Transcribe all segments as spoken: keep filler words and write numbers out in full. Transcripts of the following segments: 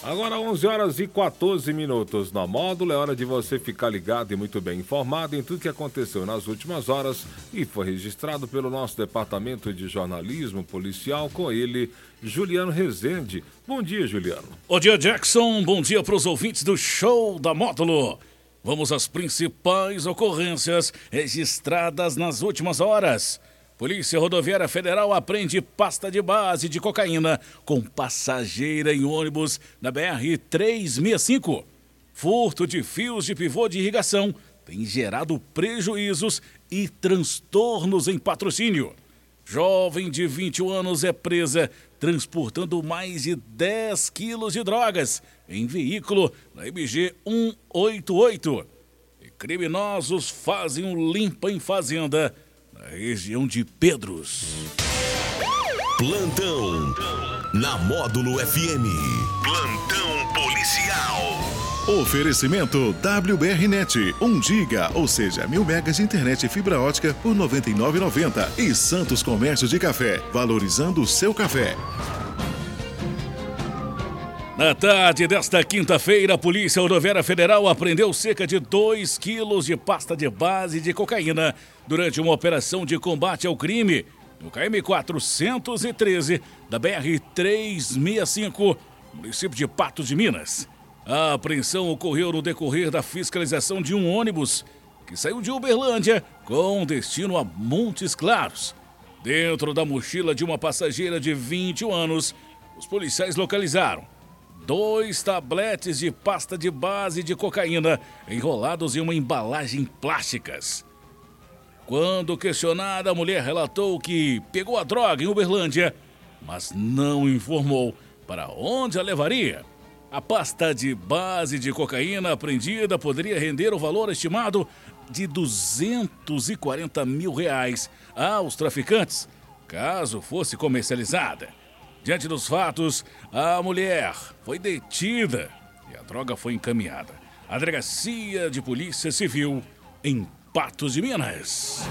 Agora onze horas e quatorze minutos na Módulo, é hora de você ficar ligado e muito bem informado em tudo que aconteceu nas últimas horas e foi registrado pelo nosso departamento de jornalismo policial, com ele, Juliano Rezende. Bom dia, Juliano. Bom dia, Jackson. Bom dia para os ouvintes do Show da Módulo. Vamos às principais ocorrências registradas nas últimas horas. Polícia Rodoviária Federal apreende pasta de base de cocaína com passageira em ônibus na B R trezentos e sessenta e cinco. Furto de fios de pivô de irrigação tem gerado prejuízos e transtornos em patrocínio. Jovem de vinte e um anos é presa transportando mais de dez quilos de drogas em veículo na M G cento e oitenta e oito. E criminosos fazem um limpa em fazenda na região de Pedros. Plantão na Módulo F M. Plantão policial. Oferecimento W B R Net, um giga, ou seja, mil megas de internet e fibra ótica por noventa e nove reais e noventa centavos. E Santos Comércio de Café, valorizando o seu café. Na tarde desta quinta-feira, a Polícia Rodoviária Federal apreendeu cerca de dois quilos de pasta de base de cocaína durante uma operação de combate ao crime no K M quatrocentos e treze da B R trezentos e sessenta e cinco, município de Patos de Minas. A apreensão ocorreu no decorrer da fiscalização de um ônibus que saiu de Uberlândia com destino a Montes Claros. Dentro da mochila de uma passageira de vinte e um anos, os policiais localizaram dois tabletes de pasta de base de cocaína enrolados em uma embalagem plásticas. Quando questionada, a mulher relatou que pegou a droga em Uberlândia, mas não informou para onde a levaria. A pasta de base de cocaína apreendida poderia render o valor estimado de duzentos e quarenta mil reais aos traficantes, caso fosse comercializada. Diante dos fatos, a mulher foi detida e a droga foi encaminhada à Delegacia de Polícia Civil em Patos de Minas.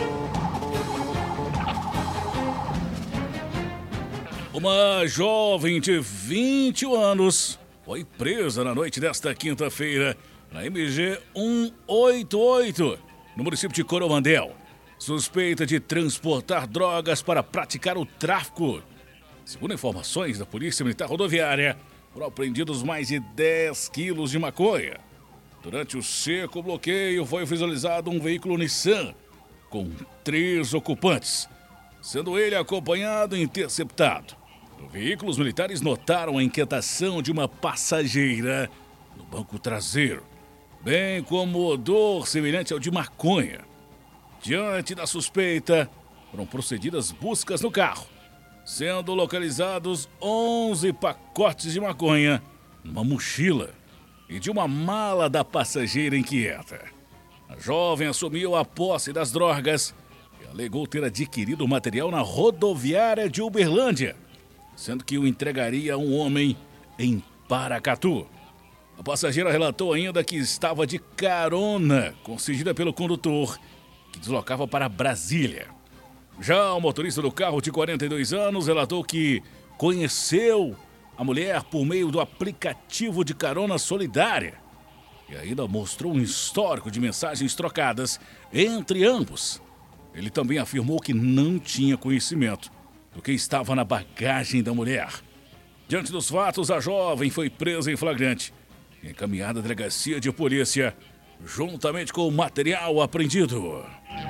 Uma jovem de vinte e um anos foi presa na noite desta quinta-feira na M G cento e oitenta e oito, no município de Coromandel, suspeita de transportar drogas para praticar o tráfico. Segundo informações da Polícia Militar Rodoviária, foram apreendidos mais de dez quilos de maconha. Durante o seco bloqueio, foi visualizado um veículo Nissan com três ocupantes, sendo ele acompanhado e interceptado. No veículo, os militares notaram a inquietação de uma passageira no banco traseiro, bem como odor semelhante ao de maconha. Diante da suspeita, foram procedidas buscas no carro, sendo localizados onze pacotes de maconha numa mochila e de uma mala da passageira inquieta. A jovem assumiu a posse das drogas e alegou ter adquirido o material na rodoviária de Uberlândia, sendo que o entregaria a um homem em Paracatu. A passageira relatou ainda que estava de carona concedida pelo condutor, que deslocava para Brasília. Já o motorista do carro, de quarenta e dois anos, relatou que conheceu a mulher por meio do aplicativo de carona solidária e ainda mostrou um histórico de mensagens trocadas entre ambos. Ele também afirmou que não tinha conhecimento do que estava na bagagem da mulher. Diante dos fatos, a jovem foi presa em flagrante e encaminhada à delegacia de polícia, juntamente com o material apreendido.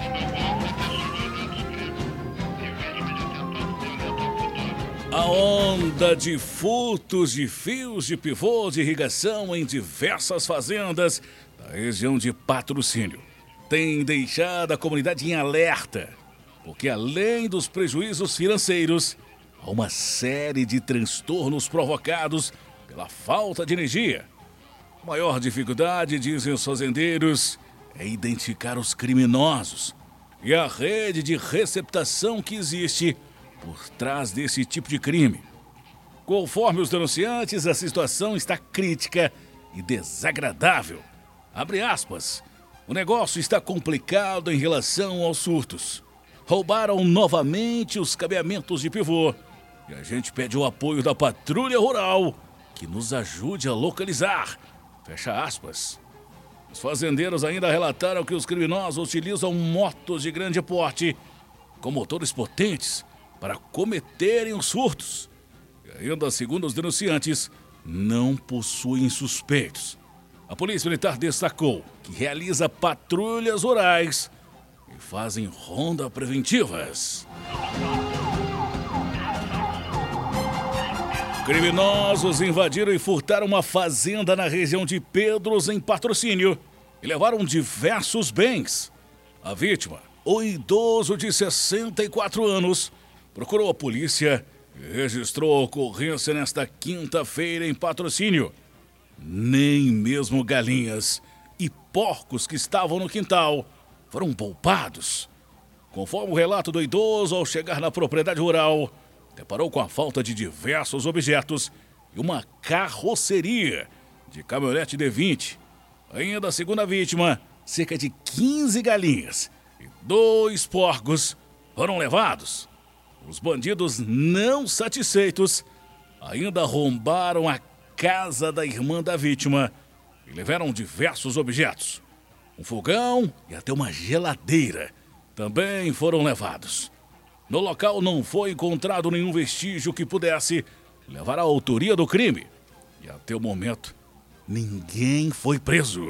A onda de furtos de fios de pivô de irrigação em diversas fazendas da região de Patrocínio tem deixado a comunidade em alerta, porque além dos prejuízos financeiros, há uma série de transtornos provocados pela falta de energia. A maior dificuldade, dizem os fazendeiros, é identificar os criminosos e a rede de receptação que existe por trás desse tipo de crime. Conforme os denunciantes, a situação está crítica e desagradável. Abre aspas. O negócio está complicado em relação aos surtos. Roubaram novamente os cabeamentos de pivô. E a gente pede o apoio da patrulha rural, que nos ajude a localizar. Fecha aspas. Os fazendeiros ainda relataram que os criminosos utilizam motos de grande porte com motores potentes para cometerem os furtos. E ainda, segundo os denunciantes, não possuem suspeitos. A Polícia Militar destacou que realiza patrulhas rurais e fazem ronda preventivas. Criminosos invadiram e furtaram uma fazenda na região de Pedros, em Patrocínio, e levaram diversos bens. A vítima, o idoso de sessenta e quatro anos, procurou a polícia e registrou a ocorrência nesta quinta-feira em Patrocínio. Nem mesmo galinhas e porcos que estavam no quintal foram poupados. Conforme o relato do idoso, ao chegar na propriedade rural, deparou com a falta de diversos objetos e uma carroceria de caminhonete D vinte. Ainda segundo a vítima, cerca de quinze galinhas e dois porcos foram levados. Os bandidos, não satisfeitos, ainda arrombaram a casa da irmã da vítima e levaram diversos objetos. Um fogão e até uma geladeira também foram levados. No local não foi encontrado nenhum vestígio que pudesse levar à autoria do crime. E até o momento, ninguém foi preso.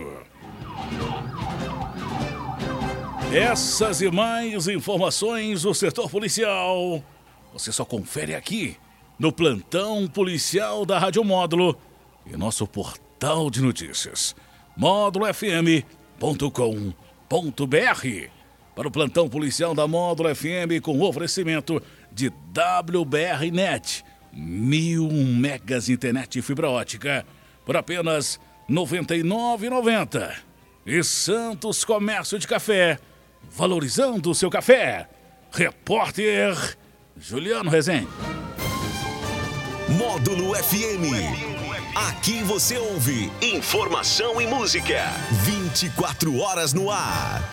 Essas e mais informações do setor policial, você só confere aqui no Plantão Policial da Rádio Módulo e nosso portal de notícias, módulo f m ponto com ponto b r. Para o Plantão Policial da Módulo F M com oferecimento de W B R Net, mil megas de internet e fibra ótica por apenas noventa e nove reais e noventa centavos. E Santos Comércio de Café, valorizando o seu café. Repórter Juliano Rezende. Módulo F M. Aqui você ouve informação e música. vinte e quatro horas no ar.